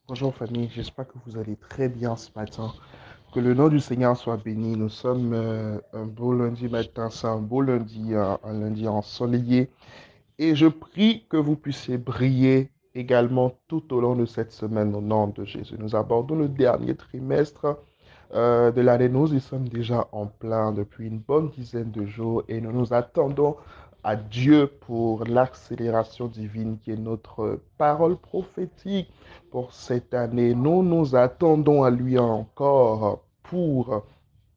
Bonjour famille, j'espère que vous allez très bien ce matin. Que le nom du Seigneur soit béni. Nous sommes un beau lundi matin, c'est un beau lundi, un lundi ensoleillé. Et je prie que vous puissiez briller également tout au long de cette semaine au nom de Jésus. Nous abordons le dernier trimestre de l'année. Nous y sommes déjà en plein depuis une bonne dizaine de jours et nous nous attendons à Dieu pour l'accélération divine qui est notre parole prophétique pour cette année. Nous nous attendons à lui encore pour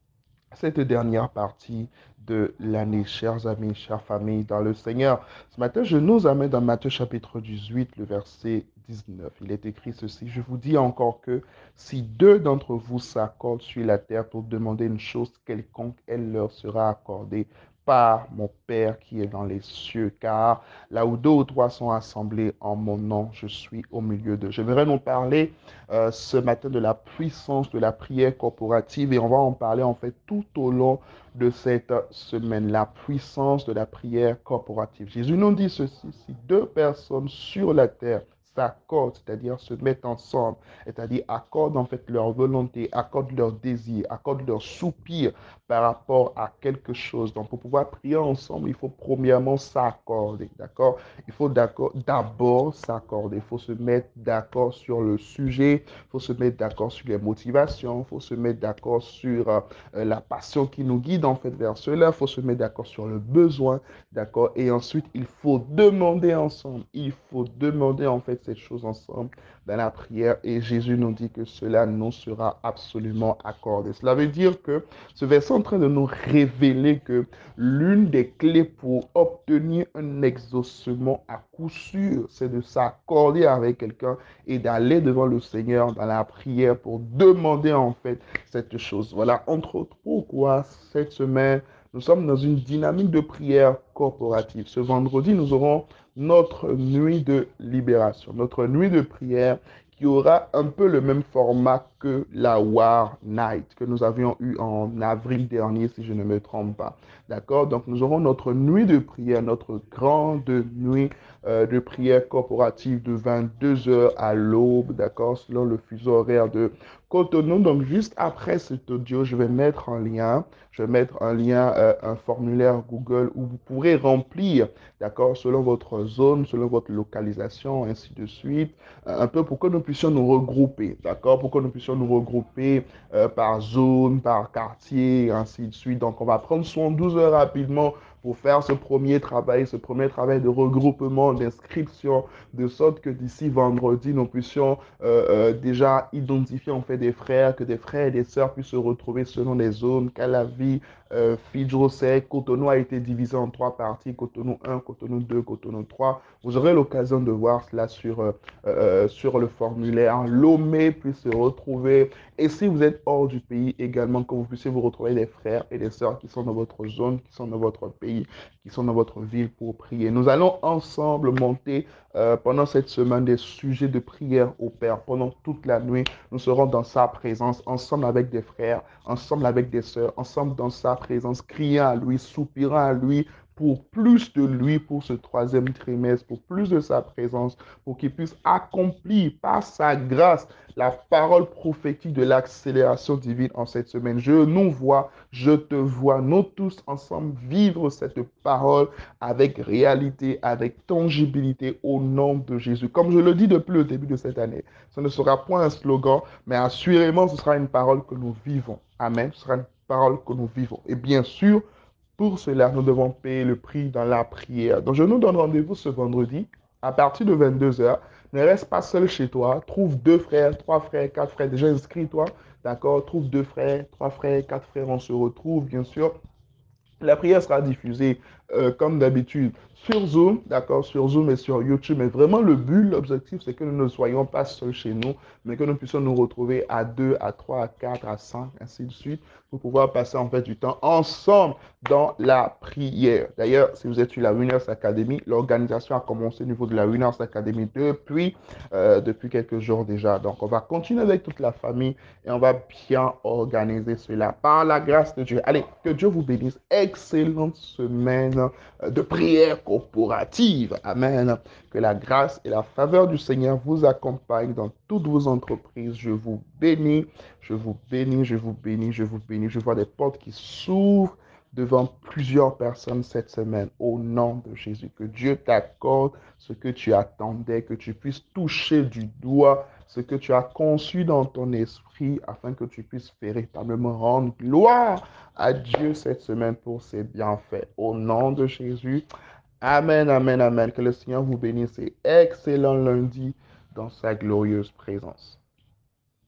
cette dernière partie de l'année, chers amis, chères familles, dans le Seigneur. Ce matin, je nous amène dans Matthieu chapitre 18, le verset 19. Il est écrit ceci, je vous dis encore que si deux d'entre vous s'accordent sur la terre pour demander une chose quelconque, elle leur sera accordée par mon Père qui est dans les cieux, car là où deux ou trois sont assemblés en mon nom, je suis au milieu d'eux. J'aimerais nous parler ce matin de la puissance de la prière corporative et on va en parler en fait tout au long de cette semaine, la puissance de la prière corporative. Jésus nous dit ceci, si deux personnes sur la terre s'accordent, c'est-à-dire se mettent ensemble, c'est-à-dire accordent en fait leur volonté, accordent leur désir, accordent leur soupir par rapport à quelque chose. Donc pour pouvoir prier ensemble, il faut premièrement s'accorder, d'accord? Il faut d'abord s'accorder, il faut se mettre d'accord sur le sujet, il faut se mettre d'accord sur les motivations, il faut se mettre d'accord sur la passion qui nous guide en fait vers cela, il faut se mettre d'accord sur le besoin, d'accord? Et ensuite, il faut demander ensemble, il faut demander en fait cette chose ensemble dans la prière et Jésus nous dit que cela nous sera absolument accordé. Cela veut dire que ce verset est en train de nous révéler que l'une des clés pour obtenir un exaucement à coup sûr, c'est de s'accorder avec quelqu'un et d'aller devant le Seigneur dans la prière pour demander en fait cette chose. Voilà, entre autres, pourquoi cette semaine, nous sommes dans une dynamique de prière corporative. Ce vendredi, nous aurons notre nuit de libération, notre nuit de prière qui aura un peu le même format que la War Night que nous avions eu en avril dernier, si je ne me trompe pas. D'accord? Donc, nous aurons notre nuit de prière, notre grande nuit de prière corporative de 22 heures à l'aube, d'accord? Selon le fuseau horaire de Cotonou. Donc, juste après cet audio, je vais mettre un lien, un formulaire Google où vous pourrez remplir, d'accord, selon votre zone, selon votre localisation, ainsi de suite, un peu pour que nous puissions nous regrouper, d'accord, pour que nous puissions nous regrouper par zone, par quartier, ainsi de suite. Donc, on va prendre 12 heures rapidement pour faire ce premier travail de regroupement, d'inscription, de sorte que d'ici vendredi, nous puissions déjà identifier en fait des frères, que des frères et des sœurs puissent se retrouver selon les zones, Calavi, Fidjrosset, Cotonou a été divisé en trois parties, Cotonou 1, Cotonou 2, Cotonou 3. Vous aurez l'occasion de voir cela sur le formulaire. Lomé puisse se retrouver. Et si vous êtes hors du pays également, que vous puissiez vous retrouver des frères et des sœurs qui sont dans votre zone, qui sont dans votre pays, qui sont dans votre ville pour prier. Nous allons ensemble monter pendant cette semaine des sujets de prière au Père. Pendant toute la nuit, nous serons dans sa présence, ensemble avec des frères, ensemble avec des sœurs, ensemble dans sa présence, criant à lui, soupirant à lui, pour plus de lui pour ce troisième trimestre, pour plus de sa présence, pour qu'il puisse accomplir par sa grâce la parole prophétique de l'accélération divine en cette semaine. Je nous vois, je te vois, nous tous ensemble vivre cette parole avec réalité, avec tangibilité au nom de Jésus. Comme je le dis depuis le début de cette année, ce ne sera point un slogan, mais assurément, ce sera une parole que nous vivons. Amen. Ce sera une parole que nous vivons. Et bien sûr, pour cela, nous devons payer le prix dans la prière. Donc, je nous donne rendez-vous ce vendredi à partir de 22 heures. Ne reste pas seul chez toi. Trouve deux frères, trois frères, quatre frères. Déjà inscris-toi. D'accord? Trouve deux frères, trois frères, quatre frères. On se retrouve, bien sûr. La prière sera diffusée comme d'habitude sur Zoom, d'accord, sur Zoom et sur YouTube. Mais vraiment, le but, l'objectif, c'est que nous ne soyons pas seuls chez nous, mais que nous puissions nous retrouver à 2, à 3, à 4, à 5, ainsi de suite, pour pouvoir passer en fait du temps ensemble dans la prière. D'ailleurs, si vous êtes sur la Winners Academy, l'organisation a commencé au niveau de la Winners Academy depuis quelques jours déjà. Donc, on va continuer avec toute la famille et on va bien organiser cela par la grâce de Dieu. Allez, que Dieu vous bénisse. Excellente semaine semaine de prière corporative. Amen. Que la grâce et la faveur du Seigneur vous accompagnent dans toutes vos entreprises. Je vous bénis, je vous bénis, je vous bénis, je vous bénis. Je vois des portes qui s'ouvrent devant plusieurs personnes cette semaine. Au nom de Jésus, que Dieu t'accorde ce que tu attendais, que tu puisses toucher du doigt ce que tu as conçu dans ton esprit afin que tu puisses véritablement rendre gloire à Dieu cette semaine pour ses bienfaits. Au nom de Jésus, amen, amen, amen. Que le Seigneur vous bénisse et excellent lundi dans sa glorieuse présence.